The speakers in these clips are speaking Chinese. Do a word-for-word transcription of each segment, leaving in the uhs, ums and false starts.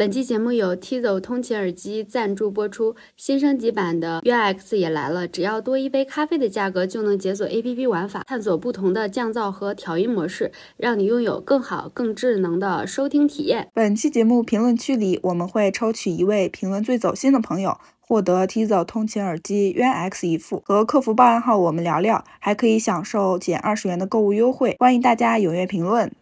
本期节目由 Tizo 通勤耳机赞助播出，新升级版的 U I X 也来了，只要多一杯咖啡的价格就能解锁 A P P 玩法，探索不同的降噪和调音模式，让你拥有更好更智能的收听体验。 本期节目评论区里我们会抽取一位评论最走心的朋友，获得 Tizo 通勤耳机 U I X 一副，和客服报暗号我们聊聊，还可以享受减二十元的购物优惠，欢迎大家踊跃评论。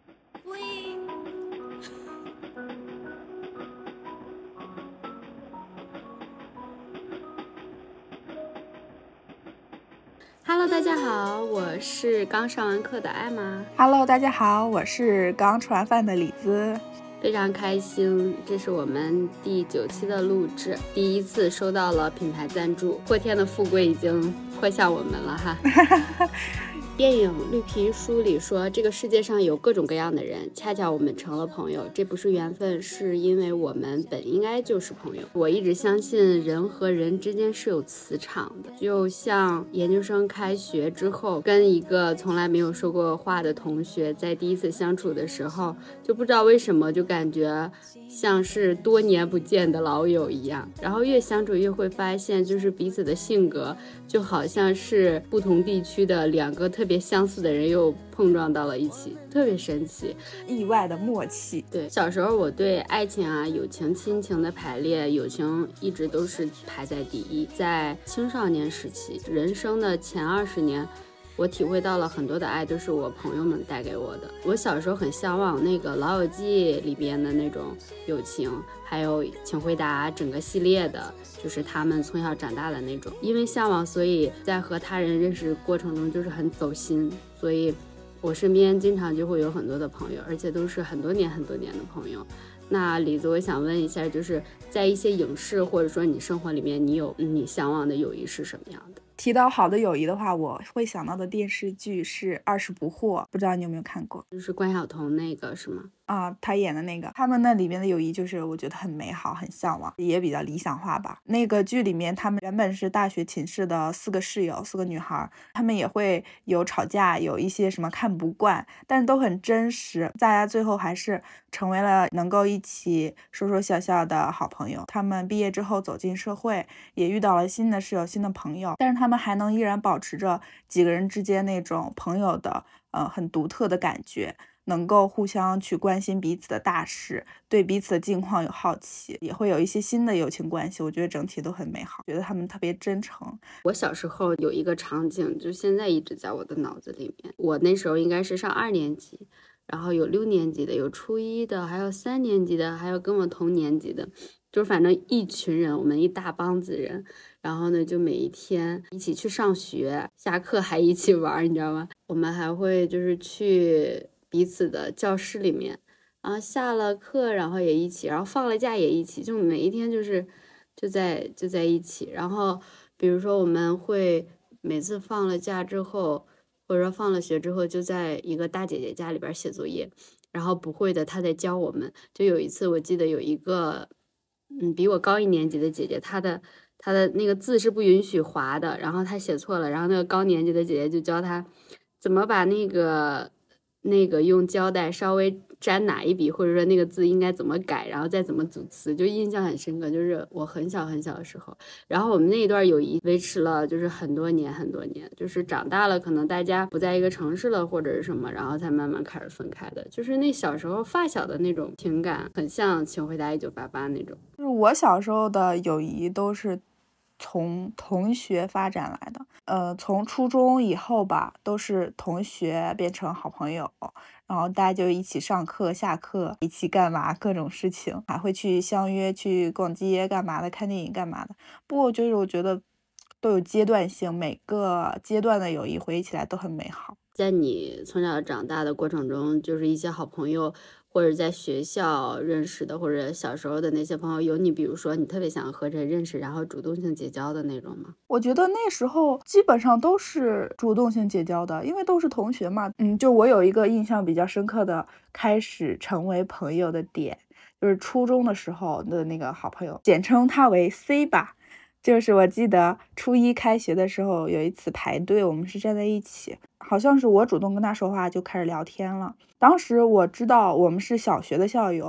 Hello， 大家好，我是刚上完课的艾玛。 Hello， 大家好，我是刚吃完饭的李子。 非常开心，这是我们第九期的录制，第一次收到了品牌赞助，破天的富贵已经迫向我们了哈。电影《绿皮书》里说，这个世界上有各种各样的人，恰巧我们成了朋友，这不是缘分，是因为我们本应该就是朋友。我一直相信人和人之间是有磁场的，就像研究生开学之后，跟一个从来没有说过话的同学在第一次相处的时候，就不知道为什么就感觉像是多年不见的老友一样，然后越相处越会发现，就是彼此的性格就好像是不同地区的两个特别相似的人又碰撞到了一起，特别神奇， 意外的默契。 对，小时候我对爱情啊、友情、亲情的排列，友情一直都是排在第一。在青少年时期，人生的前二十年，我体会到了很多的爱都是我朋友们带给我的。我小时候很向往那个《老友记》里边的那种友情，还有《请回答》整个系列的，就是他们从小长大的那种。因为向往，所以在和他人认识过程中就是很走心，所以我身边经常就会有很多的朋友，而且都是很多年很多年的朋友。那李子，我想问一下，就是在一些影视或者说你生活里面，你有你向往的友谊是什么样的？ 提到好的友谊的话，我会想到的电视剧是《二十不惑》，不知道你有没有看过？ 就是关晓彤那个是吗？ 啊，他演的那个，他们那里面的友谊就是我觉得很美好，很向往，也比较理想化吧。那个剧里面，他们原本是大学寝室的四个室友，四个女孩，他们也会有吵架，有一些什么看不惯，但是都很真实。大家最后还是成为了能够一起说说笑笑的好朋友。他们毕业之后走进社会，也遇到了新的室友、新的朋友，但是他们还能依然保持着几个人之间那种朋友的呃很独特的感觉。能够互相去关心彼此的大事，对彼此的近况有好奇，也会有一些新的友情关系，我觉得整体都很美好，觉得他们特别真诚。 我小时候有一个场景，就现在一直在我的脑子里面。我那时候应该是上二年级，然后有六年级的，有初一的，还有三年级的，还有跟我同年级的，就反正一群人，我们一大帮子人，然后呢就每一天一起去上学，下课还一起玩，你知道吗？我们还会就是去彼此的教室里面，然后下了课然后也一起，然后放了假也一起，就每一天就是就在就在一起。然后比如说我们会每次放了假之后，或者说放了学之后，就在一个大姐姐家里边写作业，然后不会的她在教我们。就有一次我记得有一个嗯比我高一年级的姐姐，她的她的那个字是不允许划的，然后她写错了，然后那个高年级的姐姐就教她怎么把那个那个用胶带稍微沾哪一笔，或者说那个字应该怎么改，然后再怎么组词，就印象很深刻。就是我很小很小的时候，然后我们那一段友谊维持了就是很多年很多年，就是长大了可能大家不在一个城市了或者是什么，然后才慢慢开始分开的。就是那小时候发小的那种情感，很像《请回答一九八八》那种。 就是我小时候的友谊都是从同学发展来的，呃，从初中以后吧，都是同学变成好朋友，然后大家就一起上课、下课，一起干嘛，各种事情，还会去相约去逛街干嘛的，看电影干嘛的。不过就是我觉得都有阶段性，每个阶段的友谊回忆起来都很美好。 在你从小长大的过程中，就是一些好朋友，或者在学校认识的，或者小时候的那些朋友，有你比如说你特别想和人认识，然后主动性结交的那种吗？ 我觉得那时候基本上都是主动性结交的，因为都是同学嘛。嗯，就我有一个印象比较深刻的开始成为朋友的点，就是初中的时候的那个好朋友，简称他为 C 吧。就是我记得初一开学的时候有一次排队，我们是站在一起，好像是我主动跟他说话就开始聊天了。当时我知道我们是小学的校友，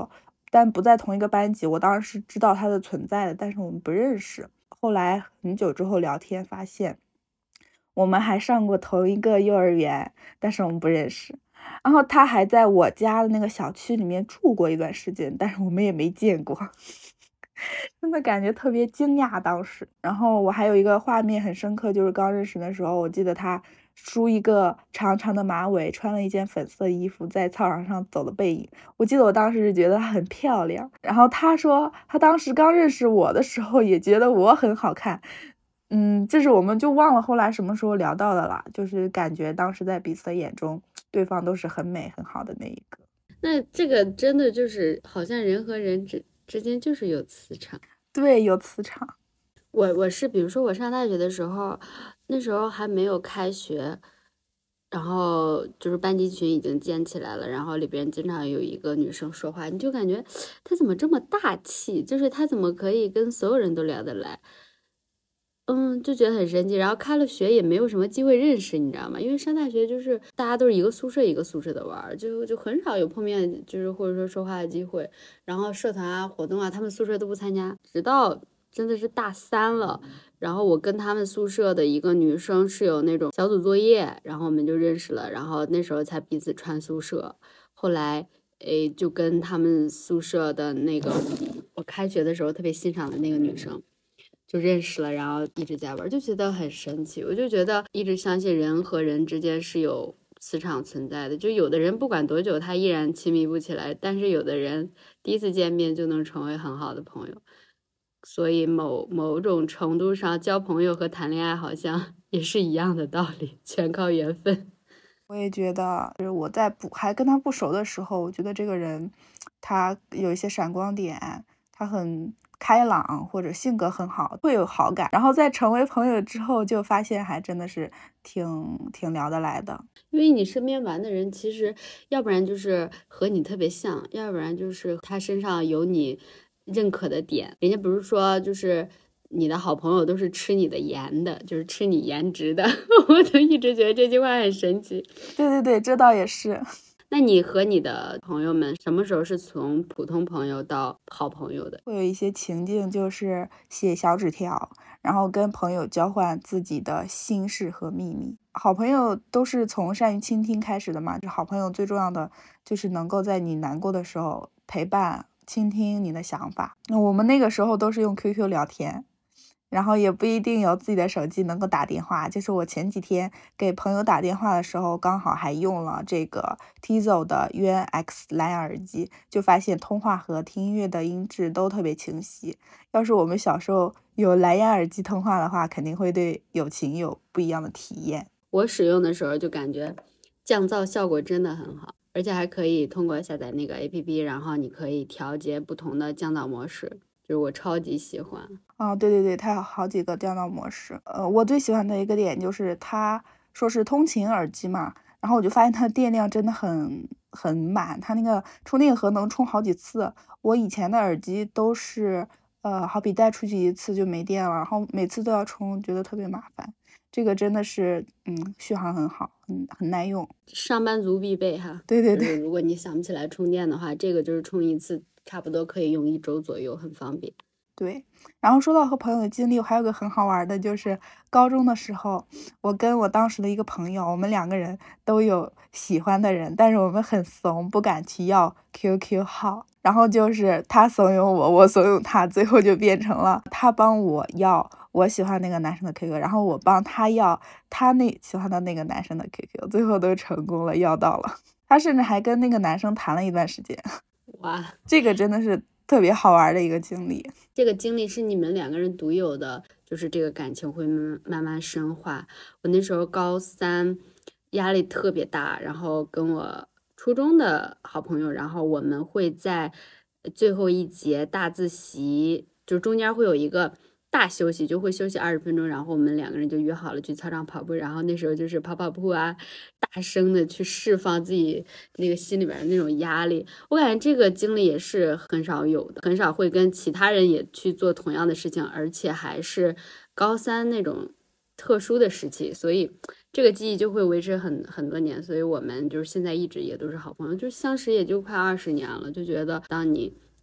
但不在同一个班级。我当时是知道他的存在的，但是我们不认识。后来很久之后聊天发现我们还上过同一个幼儿园，但是我们不认识。然后他还在我家的那个小区里面住过一段时间，但是我们也没见过。真的感觉特别惊讶当时。然后我还有一个画面很深刻，就是刚认识的时候，我记得他梳一个长长的马尾，穿了一件粉色衣服，在操场上走的背影。我记得我当时是觉得她很漂亮，然后他说他当时刚认识我的时候也觉得我很好看。嗯，这是我们就忘了后来什么时候聊到的了，就是感觉当时在彼此的眼中，对方都是很美很好的那一个。 那这个真的就是好像人和人之之间就是有磁场。 对，有磁场。 我我是比如说我上大学的时候，那时候还没有开学，然后就是班级群已经建起来了，然后里边经常有一个女生说话，你就感觉她怎么这么大气，就是她怎么可以跟所有人都聊得来。嗯，就觉得很神奇。然后开了学也没有什么机会认识，你知道吗？因为上大学就是大家都是一个宿舍一个宿舍的玩，就就很少有碰面，就是或者说说话的机会。然后社团啊、活动啊，他们宿舍都不参加。直到真的是大三了，然后我跟他们宿舍的一个女生是有那种小组作业，然后我们就认识了，然后那时候才彼此串宿舍。后来诶，就跟他们宿舍的那个我开学的时候特别欣赏的那个女生就认识了，然后一直在玩，就觉得很神奇。我就觉得一直相信人和人之间是有磁场存在的，就有的人不管多久他依然亲密不起来，但是有的人第一次见面就能成为很好的朋友。所以某某种程度上交朋友和谈恋爱好像也是一样的道理，全靠缘分。 我也觉得，就是我在不还跟他不熟的时候，我觉得这个人他有一些闪光点，他很开朗或者性格很好，会有好感。然后在成为朋友之后，就发现还真的是挺挺聊得来的。 因为你身边玩的人，其实要不然就是和你特别像，要不然就是他身上有你认可的点。人家不是说就是你的好朋友都是吃你的颜的，就是吃你颜值的。我就一直觉得这句话很神奇。 对对对，这倒也是。 那你和你的朋友们什么时候是从普通朋友到好朋友的？ 会有一些情境，就是写小纸条，然后跟朋友交换自己的心事和秘密。好朋友都是从善于倾听开始的嘛，就好朋友最重要的就是能够在你难过的时候陪伴、倾听你的想法。那我们那个时候都是用 Q Q 聊天，然后也不一定有自己的手机能够打电话。就是我前几天给朋友打电话的时候，刚好还用了这个 Tizo 的 U N X 蓝牙耳机，就发现通话和听音乐的音质都特别清晰。要是我们小时候有蓝牙耳机通话的话，肯定会对友情有不一样的体验。 我使用的时候就感觉降噪效果真的很好，而且还可以通过下载那个 A P P， 然后你可以调节不同的降噪模式，就是我超级喜欢。 哦，对对对，它有好几个降噪模式。呃，我最喜欢的一个点就是它说是通勤耳机嘛，然后我就发现它的电量真的很很满，它那个充电盒能充好几次。我以前的耳机都是呃，好比带出去一次就没电了，然后每次都要充，觉得特别麻烦。这个真的是，嗯，续航很好，很很耐用， 上班族必备哈。 对对对， 就是如果你想不起来充电的话，这个就是充一次，差不多可以用一周左右，很方便。 对。然后说到和朋友的经历，我还有个很好玩的，就是高中的时候，我跟我当时的一个朋友，我们两个人都有喜欢的人，但是我们很怂，不敢去要 Q Q 号。然后就是他怂恿我，我怂恿他，最后就变成了他帮我要我喜欢那个男生的 Q Q， 然后我帮他要他那喜欢的那个男生的 Q Q， 最后都成功了，要到了。他甚至还跟那个男生谈了一段时间。 哇， 这个真的是特别好玩的一个经历。 这个经历是你们两个人独有的，就是这个感情会慢慢慢深化。我那时候高三压力特别大，然后跟我初中的好朋友，然后我们会在最后一节大自习，就中间会有一个大休息，就会休息二十分钟，然后我们两个人就约好了去操场跑步，然后那时候就是跑跑步啊，大声的去释放自己那个心里边的那种压力。我感觉这个经历也是很少有的，很少会跟其他人也去做同样的事情，而且还是高三那种特殊的时期，所以这个记忆就会维持很很多年。所以我们就是现在一直也都是好朋友，就相识也就快二十年了，就觉得当你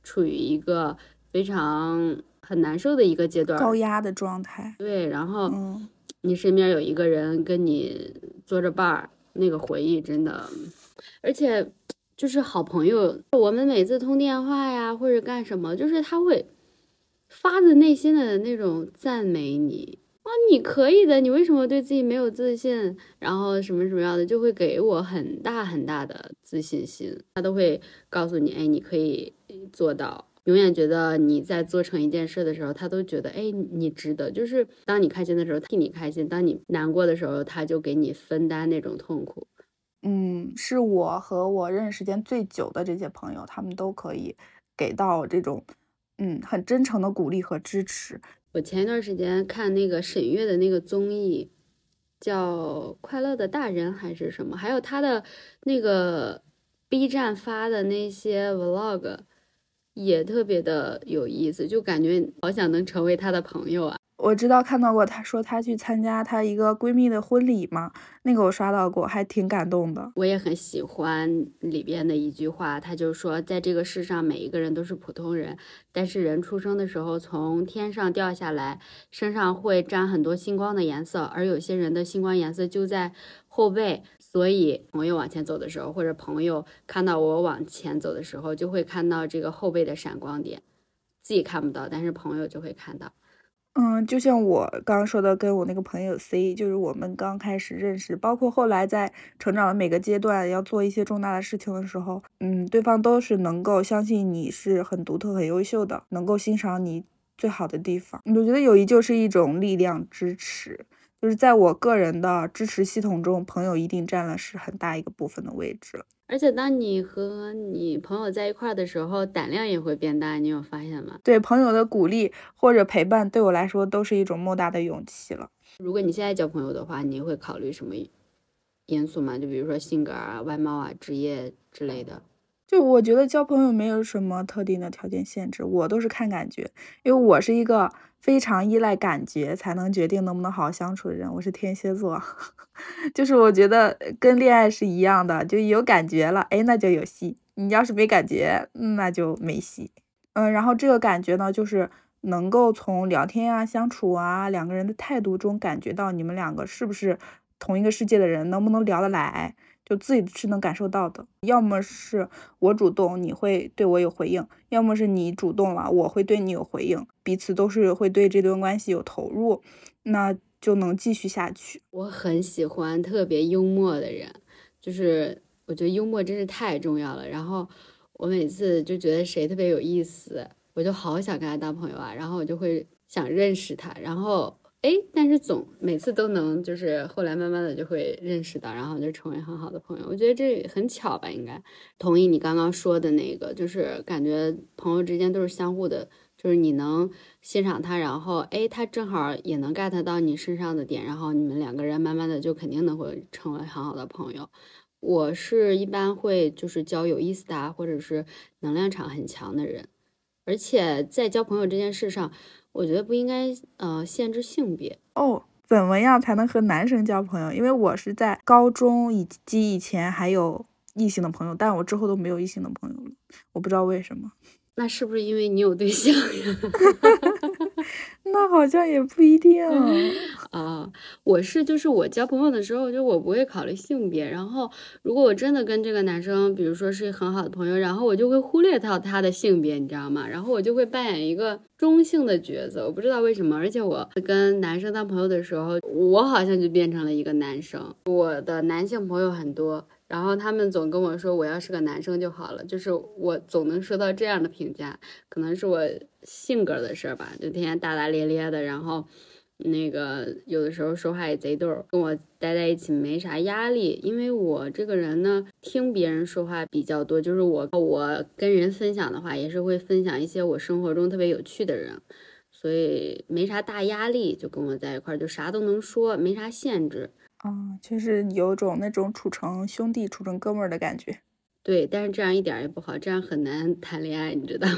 处于一个非常很难受的一个阶段， 高压的状态。 对，然后嗯， 你身边有一个人跟你作着伴儿，那个回忆真的，而且就是好朋友，我们每次通电话呀或者干什么，就是他会发自内心的那种赞美你。啊，你可以的，你为什么对自己没有自信？然后什么什么样的，就会给我很大很大的自信心。他都会告诉你，哎，你可以做到。永远觉得你在做成一件事的时候，他都觉得，哎，你值得。就是当你开心的时候，替你开心；当你难过的时候，他就给你分担那种痛苦。 嗯，是我和我认识时间最久的这些朋友，他们都可以给到这种，嗯，很真诚的鼓励和支持。 我前一段时间看那个沈月的那个综艺，叫《快乐的大人》还是什么，还有他的那个 B 站发的那些 vlog，也特别的有意思，就感觉好想能成为他的朋友啊。 我知道看到过，她说她去参加她一个闺蜜的婚礼嘛，那个我刷到过，还挺感动的。 我也很喜欢里边的一句话，他就说，在这个世上每一个人都是普通人，但是人出生的时候从天上掉下来，身上会沾很多星光的颜色，而有些人的星光颜色就在后背，所以朋友往前走的时候，或者朋友看到我往前走的时候，就会看到这个后背的闪光点，自己看不到，但是朋友就会看到。 嗯，就像我刚刚说的，跟我那个朋友 C，就是我们刚开始认识，包括后来在成长的每个阶段要做一些重大的事情的时候，嗯，对方都是能够相信你是很独特、很优秀的，能够欣赏你最好的地方。我觉得友谊就是一种力量支持，就是在我个人的支持系统中，朋友一定占了是很大一个部分的位置了。 而且当你和你朋友在一块的时候，胆量也会变大，你有发现吗？ 对，朋友的鼓励或者陪伴，对我来说都是一种莫大的勇气了。 如果你现在交朋友的话，你会考虑什么因素吗？就比如说性格啊、外貌啊、职业之类的。 就我觉得交朋友没有什么特定的条件限制，我都是看感觉，因为我是一个非常依赖感觉才能决定能不能好好相处的人，我是天蝎座，就是我觉得跟恋爱是一样的，就有感觉了，哎，那就有戏；你要是没感觉，那就没戏。嗯，然后这个感觉呢，就是能够从聊天啊、相处啊、两个人的态度中感觉到你们两个是不是同一个世界的人，能不能聊得来。就自己是能感受到的，要么是我主动，你会对我有回应；要么是你主动了，我会对你有回应，彼此都是会对这段关系有投入，那就能继续下去。 我很喜欢特别幽默的人，就是我觉得幽默真是太重要了。然后我每次就觉得谁特别有意思，我就好想跟他当朋友啊，然后我就会想认识他，然后哎，但是总每次都能，就是后来慢慢的就会认识到，然后就成为很好的朋友。我觉得这很巧吧，应该同意你刚刚说的那个，就是感觉朋友之间都是相互的，就是你能欣赏他，然后哎，他正好也能 get 到你身上的点，然后你们两个人慢慢的就肯定能会成为很好的朋友。我是一般会就是交有意思的啊，或者是能量场很强的人，而且在交朋友这件事上。我觉得不应该呃限制性别哦。怎么样才能和男生交朋友？因为我是在高中以及以前还有异性的朋友，但我之后都没有异性的朋友了，我不知道为什么。 那是不是因为你有对象呀？ 那好像也不一定啊。我是就是我交朋友的时候，就我不会考虑性别。然后如果我真的跟这个男生，比如说是很好的朋友，然后我就会忽略到他的性别，你知道吗？然后我就会扮演一个中性的角色，我不知道为什么。而且我跟男生当朋友的时候，我好像就变成了一个男生。我的男性朋友很多。然后他们总跟我说，我要是个男生就好了，就是我总能收到这样的评价，可能是我性格的事儿吧，就天天大大咧咧的，然后那个有的时候说话也贼逗，跟我待在一起没啥压力，因为我这个人呢，听别人说话比较多，就是我我跟人分享的话，也是会分享一些我生活中特别有趣的人，所以没啥大压力，就跟我在一块儿，就啥都能说，没啥限制。 啊，就是有种那种处成兄弟、处成哥们儿的感觉。 对，但是这样一点也不好，这样很难谈恋爱，你知道吗？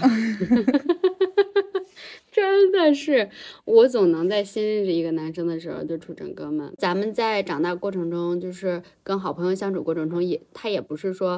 真的是，我总能在新认识一个男生的时候就处成哥们。咱们在长大过程中，就是跟好朋友相处过程中也，他也不是说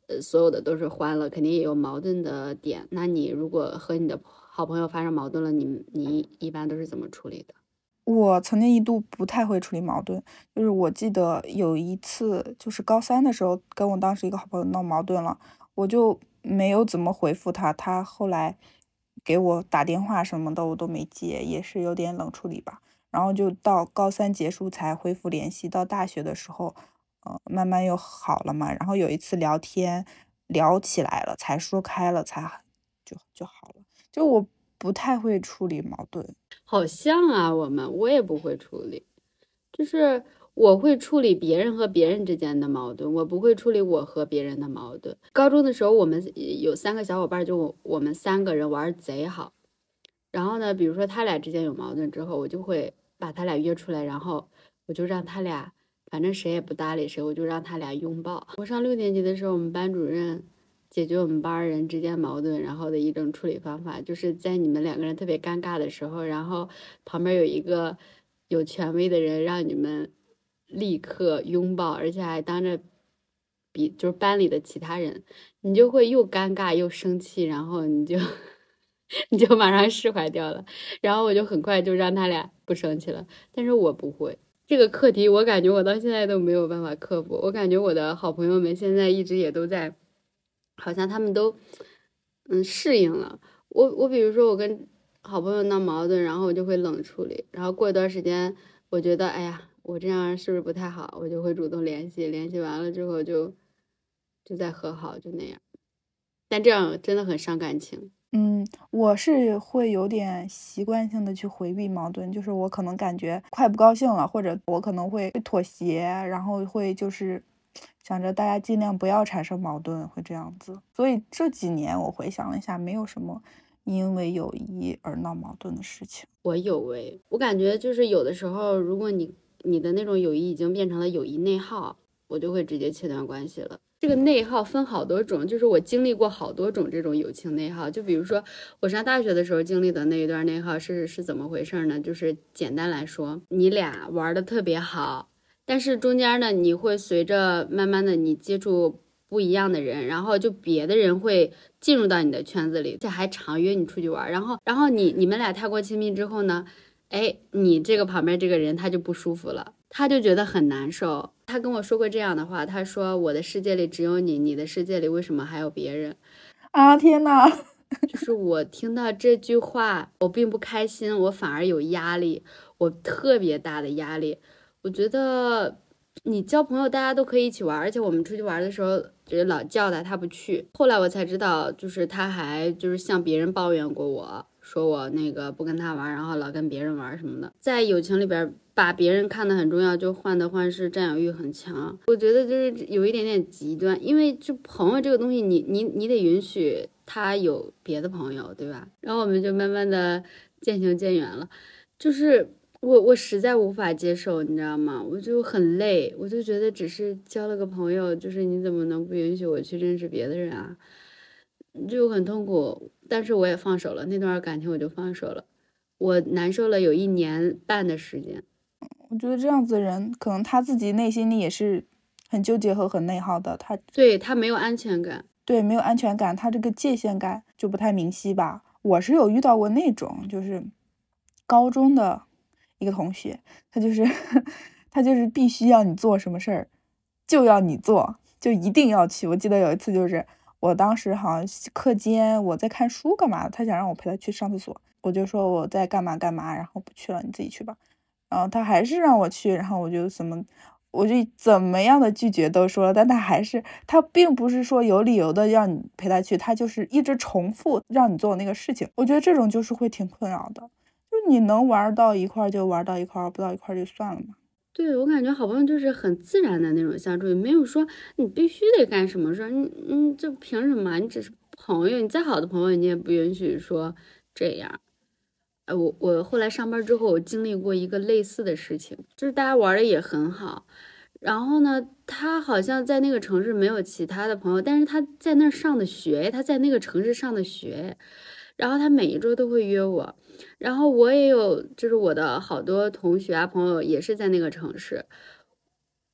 呃所有的都是欢乐，肯定也有矛盾的点。那你如果和你的好朋友发生矛盾了，你你一般都是怎么处理的？ 我曾经一度不太会处理矛盾，就是我记得有一次，就是高三的时候，跟我当时一个好朋友闹矛盾了，我就没有怎么回复他，他后来给我打电话什么的，我都没接，也是有点冷处理吧。然后就到高三结束才恢复联系，到大学的时候，呃，慢慢又好了嘛。然后有一次聊天聊起来了，才说开了，才就就好了。就我不太会处理矛盾。 好像啊，我们我也不会处理，就是我会处理别人和别人之间的矛盾，我不会处理我和别人的矛盾。高中的时候，我们有三个小伙伴，就我我们三个人玩贼好。然后呢，比如说他俩之间有矛盾之后，我就会把他俩约出来，然后我就让他俩，反正谁也不搭理谁，我就让他俩拥抱。我上六年级的时候，我们班主任解决我们班人之间矛盾，然后的一种处理方法，就是在你们两个人特别尴尬的时候，然后旁边有一个有权威的人，让你们立刻拥抱，而且还当着比就是班里的其他人，你就会又尴尬又生气，然后你就你就马上释怀掉了，然后我就很快就让他俩不生气了，但是我不会。这个课题我感觉我到现在都没有办法克服，我感觉我的好朋友们现在一直也都在，好像他们都嗯适应了。我我比如说我跟好朋友闹矛盾，然后我就会冷处理，然后过一段时间我觉得哎呀我这样是不是不太好，我就会主动联系，联系完了之后就就再和好，就那样。但这样真的很伤感情。 嗯，我是会有点习惯性的去回避矛盾，就是我可能感觉快不高兴了，或者我可能会妥协，然后会就是想着大家尽量不要产生矛盾，会这样子。所以这几年我回想了一下，没有什么因为友谊而闹矛盾的事情。 我有诶，我感觉就是有的时候，如果你你的那种友谊已经变成了友谊内耗，我就会直接切断关系了。这个内耗分好多种，就是我经历过好多种这种友情内耗。就比如说我上大学的时候经历的那一段内耗是是怎么回事呢？就是简单来说，你俩玩的特别好，但是中间呢，你会随着慢慢的你接触不一样的人，然后就别的人会进入到你的圈子里，而且还常约你出去玩，然后然后你你们俩太过亲密之后呢，哎，你这个旁边这个人他就不舒服了，他就觉得很难受。他跟我说过这样的话，他说我的世界里只有你，你的世界里为什么还有别人？ 啊，天呐！ 就是我听到这句话，我并不开心，我反而有压力，我特别大的压力。我觉得你交朋友大家都可以一起玩，而且我们出去玩的时候就是老叫他，他不去。后来我才知道，就是他还就是向别人抱怨过我，说我那个不跟他玩，然后老跟别人玩什么的。在友情里边，把别人看得很重要，就患得患失，占有欲很强。我觉得就是有一点点极端，因为就朋友这个东西你，你你得允许他有别的朋友，对吧？然后我们就慢慢的渐行渐远了，就是我我实在无法接受，你知道吗？我就很累，我就觉得只是交了个朋友，就是你怎么能不允许我去认识别的人啊？就很痛苦，但是我也放手了，那段感情我就放手了，我难受了有一年半的时间。 我觉得这样子的人，可能他自己内心里也是很纠结和很内耗的，他对他没有安全感， 对没有安全感，他这个界限感就不太明晰吧。我是有遇到过那种，就是高中的一个同学，他就是他就是必须要你做什么事儿，就要你做，就一定要去。我记得有一次就是我当时好像课间我在看书干嘛，他想让我陪他去上厕所，我就说我在干嘛干嘛，然后不去了，你自己去吧。然后他还是让我去，然后我就怎么，我就怎么样的拒绝都说了，但他还是，他并不是说有理由的让你陪他去，他就是一直重复让你做那个事情。我觉得这种就是会挺困扰的，就你能玩到一块就玩到一块，不到一块就算了嘛。 对，我感觉好朋友就是很自然的那种相处，也没有说你必须得干什么事儿，你你这凭什么？你只是朋友，你再好的朋友，你也不允许说这样。呃，我我后来上班之后，我经历过一个类似的事情，就是大家玩的也很好，然后呢，他好像在那个城市没有其他的朋友，但是他在那儿上的学，他在那个城市上的学，然后他每一周都会约我，然后我也有，就是我的好多同学啊朋友也是在那个城市，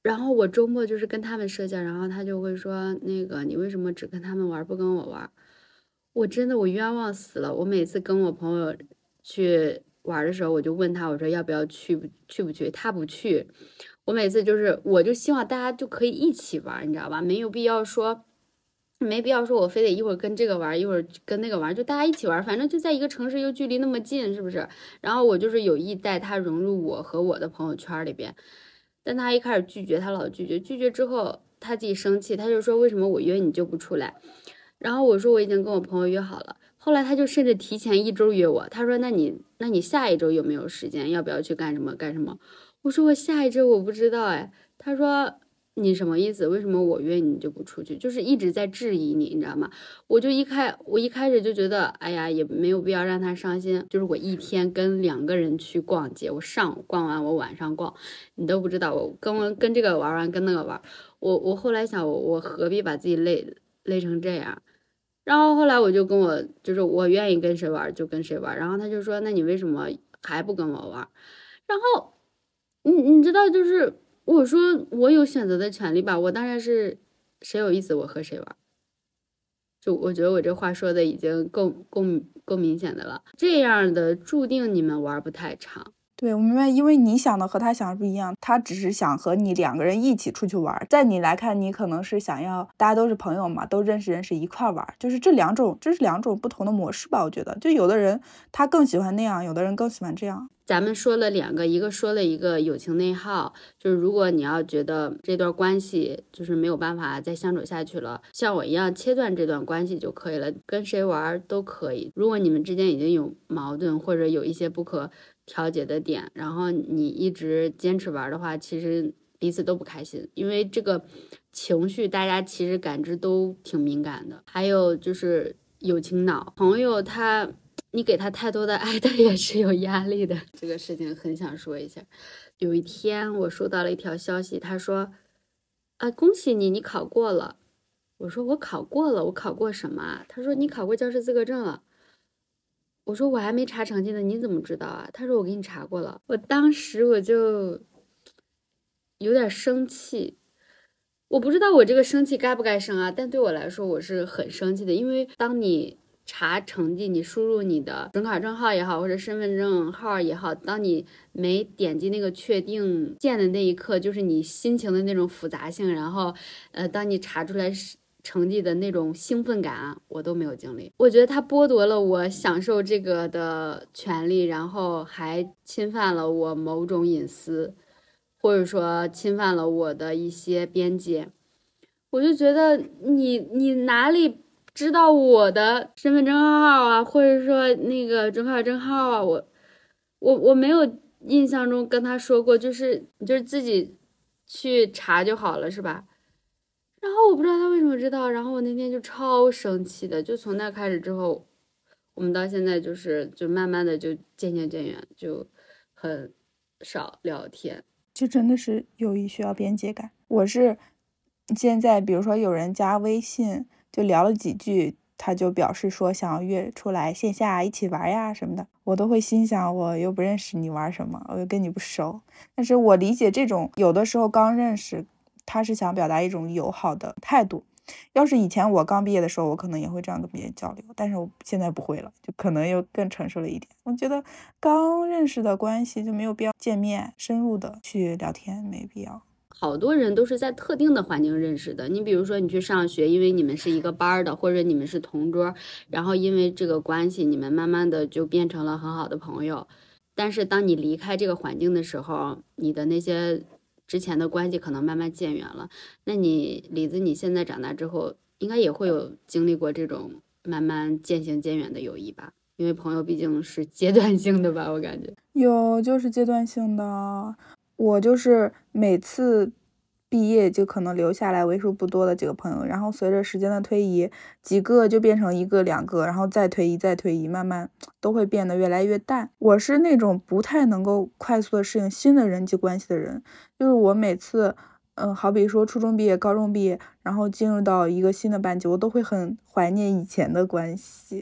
然后我周末就是跟他们社交，然后他就会说那个你为什么只跟他们玩不跟我玩？我真的我冤枉死了。我每次跟我朋友去玩的时候，我就问他，我说要不要去不去不去？他不去。我每次就是我就希望大家就可以一起玩，你知道吧？没有必要说。没必要说我非得一会儿跟这个玩，一会儿跟那个玩，就大家一起玩，反正就在一个城市，又距离那么近，是不是？然后我就是有意带他融入我和我的朋友圈里边，但他一开始拒绝，他老拒绝，拒绝之后他自己生气，他就说为什么我约你就不出来？然后我说我已经跟我朋友约好了，后来他就甚至提前一周约我，他说那你那你下一周有没有时间？要不要去干什么干什么？我说我下一周我不知道哎，他说。你什么意思？为什么我约你就不出去？就是一直在质疑你，你知道吗？我就一开我一开始就觉得，哎呀，也没有必要让他伤心。就是我一天跟两个人去逛街，我上午逛完，我晚上逛，你都不知道，我跟我跟这个玩完，跟那个玩，我我后来想，我我何必把自己累累成这样？然后后来我就跟我就是我愿意跟谁玩就跟谁玩，然后他就说，那你为什么还不跟我玩？然后你你知道就是。我说我有选择的权利吧，我当然是谁有意思我和谁玩，就我觉得我这话说的已经够够够明显的了，这样的注定你们玩不太长。 对，我明白，因为你想的和他想的不一样，他只是想和你两个人一起出去玩，在你来看，你可能是想要大家都是朋友嘛，都认识认识一块玩，就是这两种，这是两种不同的模式吧？我觉得，就有的人他更喜欢那样，有的人更喜欢这样。 咱们说了两个，一个说了一个友情内耗，就是如果你要觉得这段关系就是没有办法再相处下去了，像我一样切断这段关系就可以了，跟谁玩都可以。如果你们之间已经有矛盾或者有一些不可调节的点，然后你一直坚持玩的话，其实彼此都不开心，因为这个情绪大家其实感知都挺敏感的。还有就是友情脑，朋友他你给他太多的爱，他也是有压力的。这个事情很想说一下。有一天我收到了一条消息，他说啊，恭喜你，你考过了。我说我考过了，我考过什么啊？他说你考过教师资格证了。我说我还没查成绩呢，你怎么知道啊？他说我给你查过了。我当时我就有点生气，我不知道我这个生气该不该生啊，但对我来说我是很生气的，因为当你查成绩，你输入你的准考证号也好，或者身份证号也好，当你没点击那个确定键的那一刻，就是你心情的那种复杂性，然后呃，当你查出来是成绩的那种兴奋感啊，我都没有经历。我觉得他剥夺了我享受这个的权利，然后还侵犯了我某种隐私，或者说侵犯了我的一些边界。我就觉得你你哪里知道我的身份证号啊，或者说那个准考证号啊，我我我没有印象中跟他说过，就是就是自己去查就好了，是吧？然后我不知道他为什么知道，然后我那天就超生气的，就从那开始之后，我们到现在就是就慢慢的就渐行渐远，就很少聊天。 就真的是友谊需要边界感。我是现在比如说有人加微信就聊了几句，他就表示说想要约出来线下一起玩呀什么的，我都会心想我又不认识你玩什么，我又跟你不熟。但是我理解这种有的时候刚认识他是想表达一种友好的态度，要是以前我刚毕业的时候，我可能也会这样跟别人交流，但是我现在不会了，就可能又更成熟了一点。我觉得刚认识的关系就没有必要见面深入的去聊天，没必要。 好多人都是在特定的环境认识的，你比如说你去上学，因为你们是一个班的，或者你们是同桌，然后因为这个关系，你们慢慢的就变成了很好的朋友。但是当你离开这个环境的时候，你的那些之前的关系可能慢慢渐远了。那你李子，你现在长大之后，应该也会有经历过这种慢慢渐行渐远的友谊吧？因为朋友毕竟是阶段性的吧，我感觉。 有，就是阶段性的。我就是每次毕业就可能留下来为数不多的几个朋友，然后随着时间的推移，几个就变成一个两个，然后再推移再推移，慢慢都会变得越来越淡。我是那种不太能够快速的适应新的人际关系的人，就是我每次嗯，好比说初中毕业高中毕业，然后进入到一个新的班级，我都会很怀念以前的关系。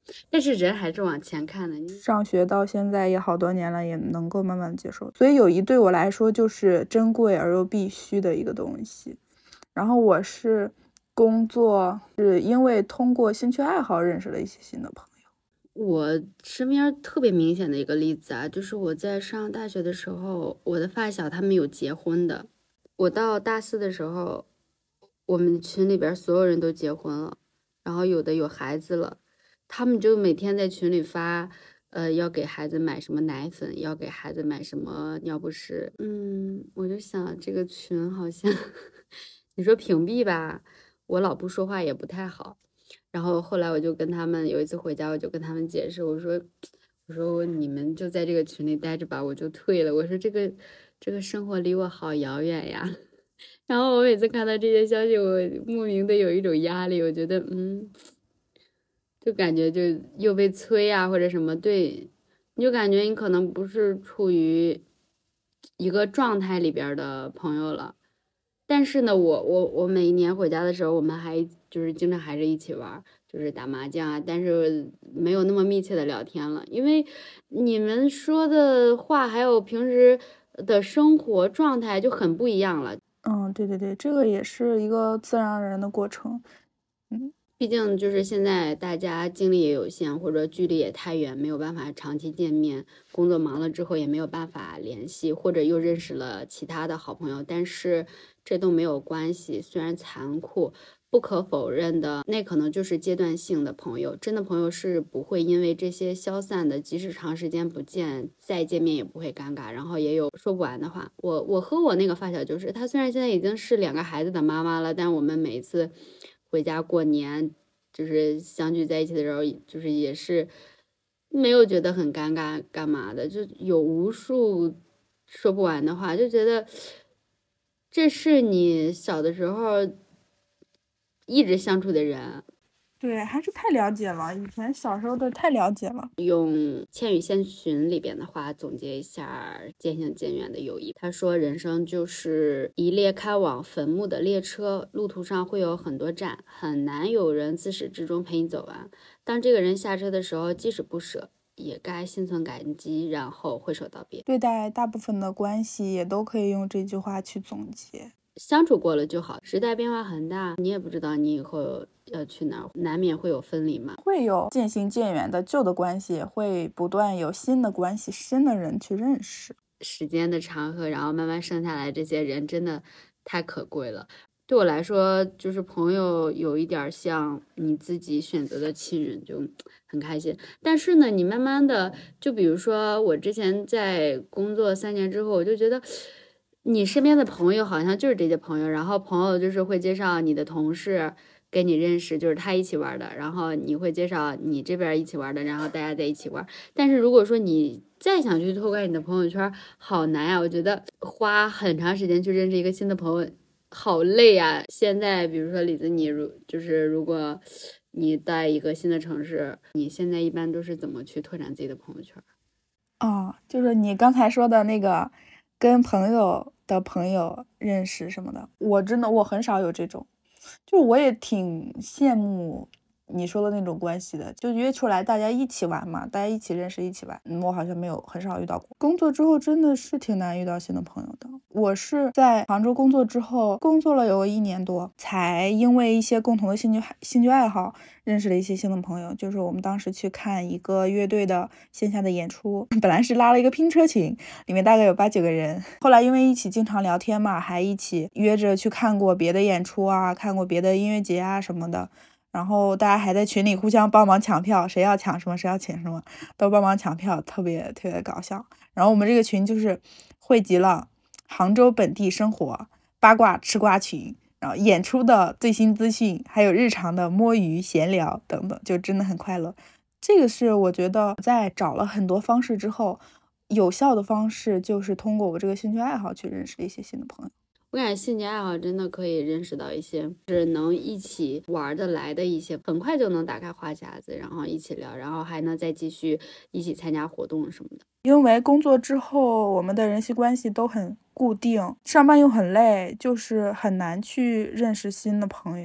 但是人还是往前看的。你上学到现在也好多年了，也能够慢慢接受。所以友谊对我来说就是珍贵而又必须的一个东西。然后我是工作是因为通过兴趣爱好认识了一些新的朋友。 我身边特别明显的一个例子啊，就是我在上大学的时候，我的发小他们有结婚的。我到大四的时候，我们群里边所有人都结婚了，然后有的有孩子了，他们就每天在群里发，呃，要给孩子买什么奶粉，要给孩子买什么尿不湿。嗯，我就想这个群好像，你说屏蔽吧，我老不说话也不太好。然后后来我就跟他们有一次回家，我就跟他们解释，我说，我说你们就在这个群里待着吧，我就退了。我说这个这个生活离我好遥远呀。然后我每次看到这些消息，我莫名的有一种压力，我觉得嗯，就感觉就又被催啊或者什么，对，你就感觉你可能不是处于一个状态里边的朋友了。但是呢，我我我每一年回家的时候，我们还就是经常还是一起玩，就是打麻将啊，但是没有那么密切的聊天了，因为你们说的话还有平时的生活状态就很不一样了。 嗯，对对对，这个也是一个自然而然的过程。嗯， 毕竟就是现在大家精力也有限，或者距离也太远，没有办法长期见面，工作忙了之后也没有办法联系，或者又认识了其他的好朋友，但是这都没有关系。虽然残酷，不可否认的，那可能就是阶段性的朋友，真的朋友是不会因为这些消散的，即使长时间不见，再见面也不会尴尬，然后也有说不完的话。我我和我那个发小就是，她虽然现在已经是两个孩子的妈妈了，但我们每一次回家过年，就是相聚在一起的时候，就是也是没有觉得很尴尬干嘛的，就有无数说不完的话，就觉得这是你小的时候一直相处的人。 对，还是太了解了，以前小时候的太了解了。 用《千与千寻》里边的话总结一下渐行渐远的友谊，他说人生就是一列开往坟墓的列车，路途上会有很多站，很难有人自始至终陪你走完。当这个人下车的时候，即使不舍，也该心存感激，然后挥手道别。 对待大部分的关系也都可以用这句话去总结。 相处过了就好，时代变化很大，你也不知道你以后要去哪儿，难免会有分离嘛， 会有渐行渐远的旧的关系，会不断有新的关系、新的人去认识。 时间的长河，然后慢慢剩下来这些人真的太可贵了。对我来说，就是朋友有一点像你自己选择的亲人，就很开心。但是呢，你慢慢的，就比如说我之前在工作三年之后，我就觉得你身边的朋友好像就是这些朋友，然后朋友就是会介绍你的同事给你认识，就是他一起玩的，然后你会介绍你这边一起玩的，然后大家在一起玩。但是如果说你再想去拓宽你的朋友圈，好难呀！我觉得花很长时间去认识一个新的朋友，好累呀。现在比如说李子，你如就是如果你在一个新的城市，你现在一般都是怎么去拓展自己的朋友圈？ 哦，就是你刚才说的那个跟朋友的朋友认识什么的，我真的我很少有这种，就是我也挺羡慕你说的那种关系的，就约出来大家一起玩嘛，大家一起认识一起玩。嗯，我好像没有很少遇到过。工作之后真的是挺难遇到新的朋友的。我是在杭州工作之后，工作了有个一年多，才因为一些共同的兴趣兴趣爱好认识了一些新的朋友。就是我们当时去看一个乐队的线下的演出，本来是拉了一个拼车群，里面大概有八九个人，后来因为一起经常聊天嘛，还一起约着去看过别的演出啊，看过别的音乐节啊什么的。然后大家还在群里互相帮忙抢票，谁要抢什么谁要请什么，都帮忙抢票，特别特别搞笑。然后我们这个群就是汇集了杭州本地生活、八卦吃瓜群，然后演出的最新资讯，还有日常的摸鱼闲聊等等，就真的很快乐。这个是我觉得在找了很多方式之后，有效的方式就是通过我这个兴趣爱好去认识一些新的朋友。 我感觉兴趣爱好真的可以认识到一些是能一起玩得来的一些，很快就能打开话匣子，然后一起聊，然后还能再继续一起参加活动什么的。 因为工作之后，我们的人际关系都很固定，上班又很累，就是很难去认识新的朋友。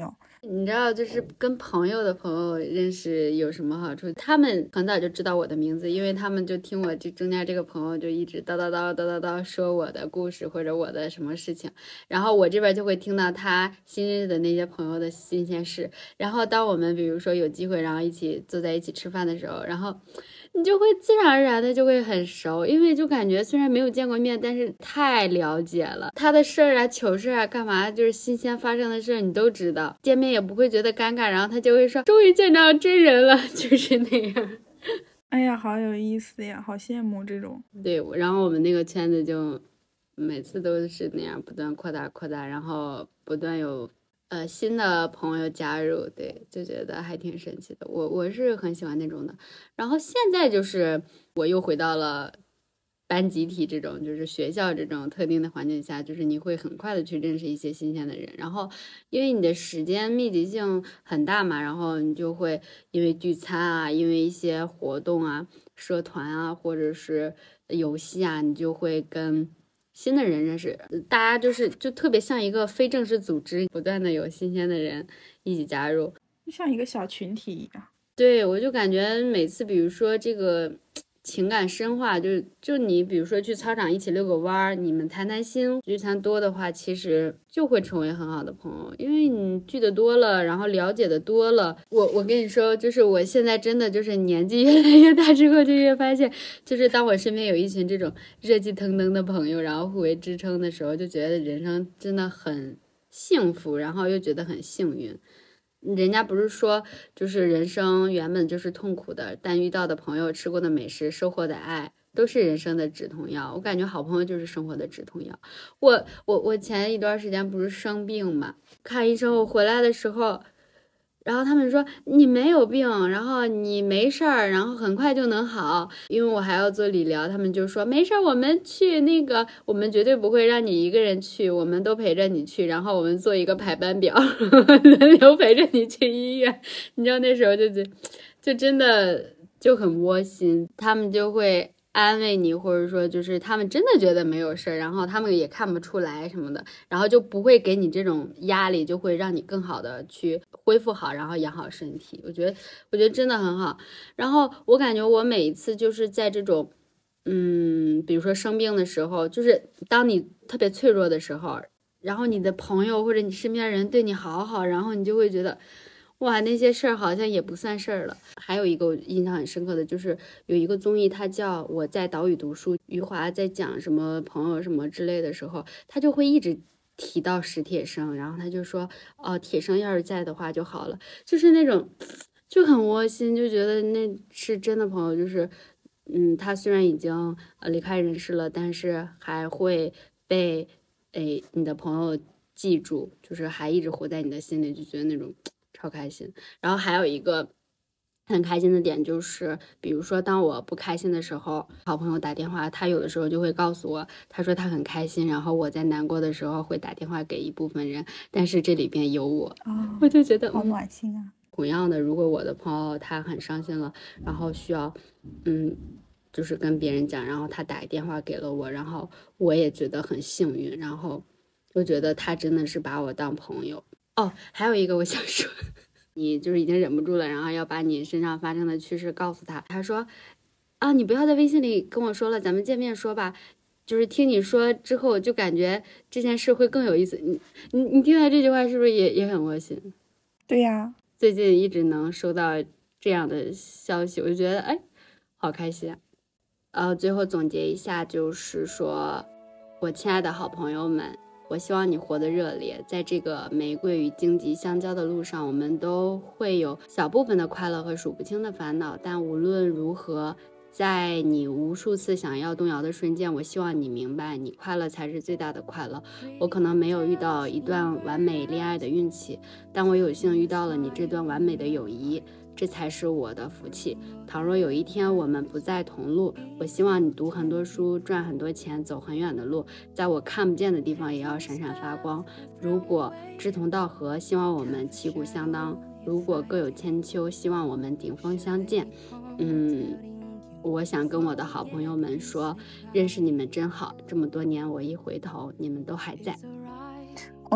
你知道就是跟朋友的朋友认识有什么好处？他们很早就知道我的名字，因为他们就听我这中间这个朋友就一直叨叨叨叨叨叨说我的故事或者我的什么事情，然后我这边就会听到他新认识的那些朋友的新鲜事。然后当我们比如说有机会然后一起坐在一起吃饭的时候，然后你就会自然而然的就会很熟，因为就感觉虽然没有见过面，但是太了解了他的事儿啊、糗事啊、干嘛，就是新鲜发生的事儿你都知道，见面也不会觉得尴尬，然后他就会说终于见到真人了，就是那样。 哎呀，好有意思呀，好羡慕这种。 对，然后我们那个圈子就每次都是那样不断扩大扩大，然后不断有呃新的朋友加入，对，就觉得还挺神奇的。我我是很喜欢那种的。然后现在就是我又回到了班集体这种，就是学校这种特定的环境下，就是你会很快的去认识一些新鲜的人。然后因为你的时间密集性很大嘛，然后你就会因为聚餐啊，因为一些活动啊、社团啊，或者是游戏啊，你就会跟新的人认识，大家就是就特别像一个非正式组织，不断的有新鲜的人一起加入， 就像一个小群体一样。 对，我就感觉每次比如说这个情感深化，就就你比如说去操场一起遛个弯儿，你们谈谈心，聚餐多的话，其实就会成为很好的朋友，因为你聚的多了，然后了解的多了。我我跟你说，就是我现在真的就是年纪越来越大之后，就越发现，就是当我身边有一群这种热气腾腾的朋友，然后互为支撑的时候，就觉得人生真的很幸福，然后又觉得很幸运。人家不是说就是人生原本就是痛苦的，但遇到的朋友、吃过的美食、收获的爱都是人生的止痛药。我感觉好朋友就是生活的止痛药。我我我前一段时间不是生病嘛，看医生，我回来的时候，然后他们说你没有病，然后你没事儿，然后很快就能好。因为我还要做理疗，他们就说没事儿，我们去那个，我们绝对不会让你一个人去，我们都陪着你去，然后我们做一个排班表，轮流陪着你去医院。你知道那时候就就就真的就很窝心，他们就会安慰你，或者说就是他们真的觉得没有事儿，然后他们也看不出来什么的，然后就不会给你这种压力，就会让你更好的去恢复好，然后养好身体。我觉得我觉得真的很好。然后我感觉我每一次就是在这种嗯比如说生病的时候，就是当你特别脆弱的时候，然后你的朋友或者你身边人对你好好，然后你就会觉得哇，那些事儿好像也不算事儿了。还有一个我印象很深刻的就是有一个综艺，它叫我在岛屿读书，余华在讲什么朋友什么之类的时候，他就会一直提到史铁生，然后他就说哦，铁生要是在的话就好了，就是那种就很窝心，就觉得那是真的朋友，就是嗯，他虽然已经呃离开人世了，但是还会被诶你的朋友记住，就是还一直活在你的心里，就觉得那种超开心。然后还有一个很开心的点就是，比如说当我不开心的时候，好朋友打电话，他有的时候就会告诉我，他说他很开心，然后我在难过的时候会打电话给一部分人，但是这里边有我， 哦， 我就觉得好暖心啊。 同样的，如果我的朋友他很伤心了，然后需要嗯就是跟别人讲，然后他打个电话给了我，然后我也觉得很幸运，然后我觉得他真的是把我当朋友。哦，还有一个我想说，你就是已经忍不住了，然后要把你身上发生的趣事告诉他。他说啊，你不要在微信里跟我说了，咱们见面说吧。就是听你说之后，就感觉这件事会更有意思。你你你听到这句话是不是也也很窝心？ 对呀， 最近一直能收到这样的消息，我就觉得哎，好开心啊。呃，最后总结一下，就是说，我亲爱的好朋友们，我希望你活得热烈，在这个玫瑰与荆棘相交的路上，我们都会有小部分的快乐和数不清的烦恼，但无论如何，在你无数次想要动摇的瞬间，我希望你明白，你快乐才是最大的快乐。我可能没有遇到一段完美恋爱的运气，但我有幸遇到了你这段完美的友谊，这才是我的福气。倘若有一天我们不再同路，我希望你读很多书，赚很多钱，走很远的路，在我看不见的地方也要闪闪发光。如果志同道合，希望我们旗鼓相当；如果各有千秋，希望我们顶峰相见。嗯，我想跟我的好朋友们说，认识你们真好，这么多年我一回头，你们都还在。 哦，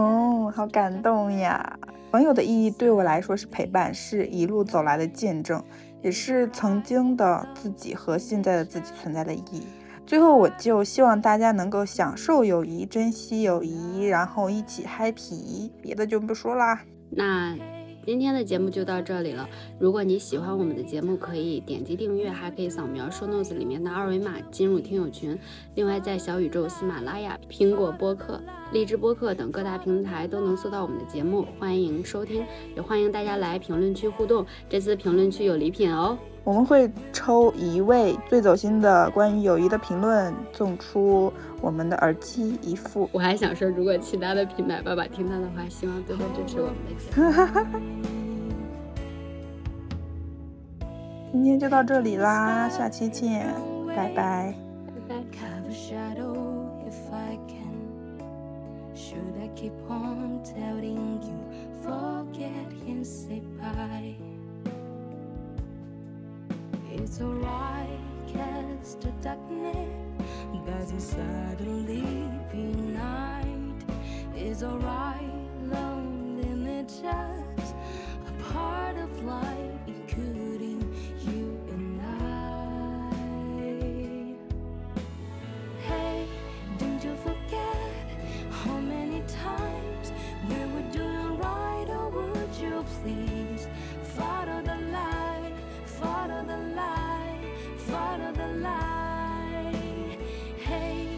嗯，好感动呀。朋友的意义对我来说是陪伴，是一路走来的见证，也是曾经的自己和现在的自己存在的意义。最后我就希望大家能够享受友谊，珍惜友谊，然后一起嗨皮，别的就不说啦。 那今天的节目就到这里了。如果你喜欢我们的节目，可以点击订阅，还可以扫描 show notes 里面的二维码进入听友群。另外，在小宇宙、喜马拉雅、苹果播客、荔枝播客等各大平台都能搜到我们的节目，欢迎收听，也欢迎大家来评论区互动。这次评论区有礼品哦， 我们会抽一位最走心的关于友谊的评论，送出我们的耳机一副。 我还想说，如果其他的品牌爸爸听到的话，希望多多支持我们的节目。 今天就到这里啦，下期见，拜拜。 拜拜。 It's alright, cast the darkness doesn't suddenly be night. It's alright, loneliness just a part of life, including you and I. Hey, don't you forget how many times we were doing right, or would you please follow the light, follow the light, follow the light. Hey,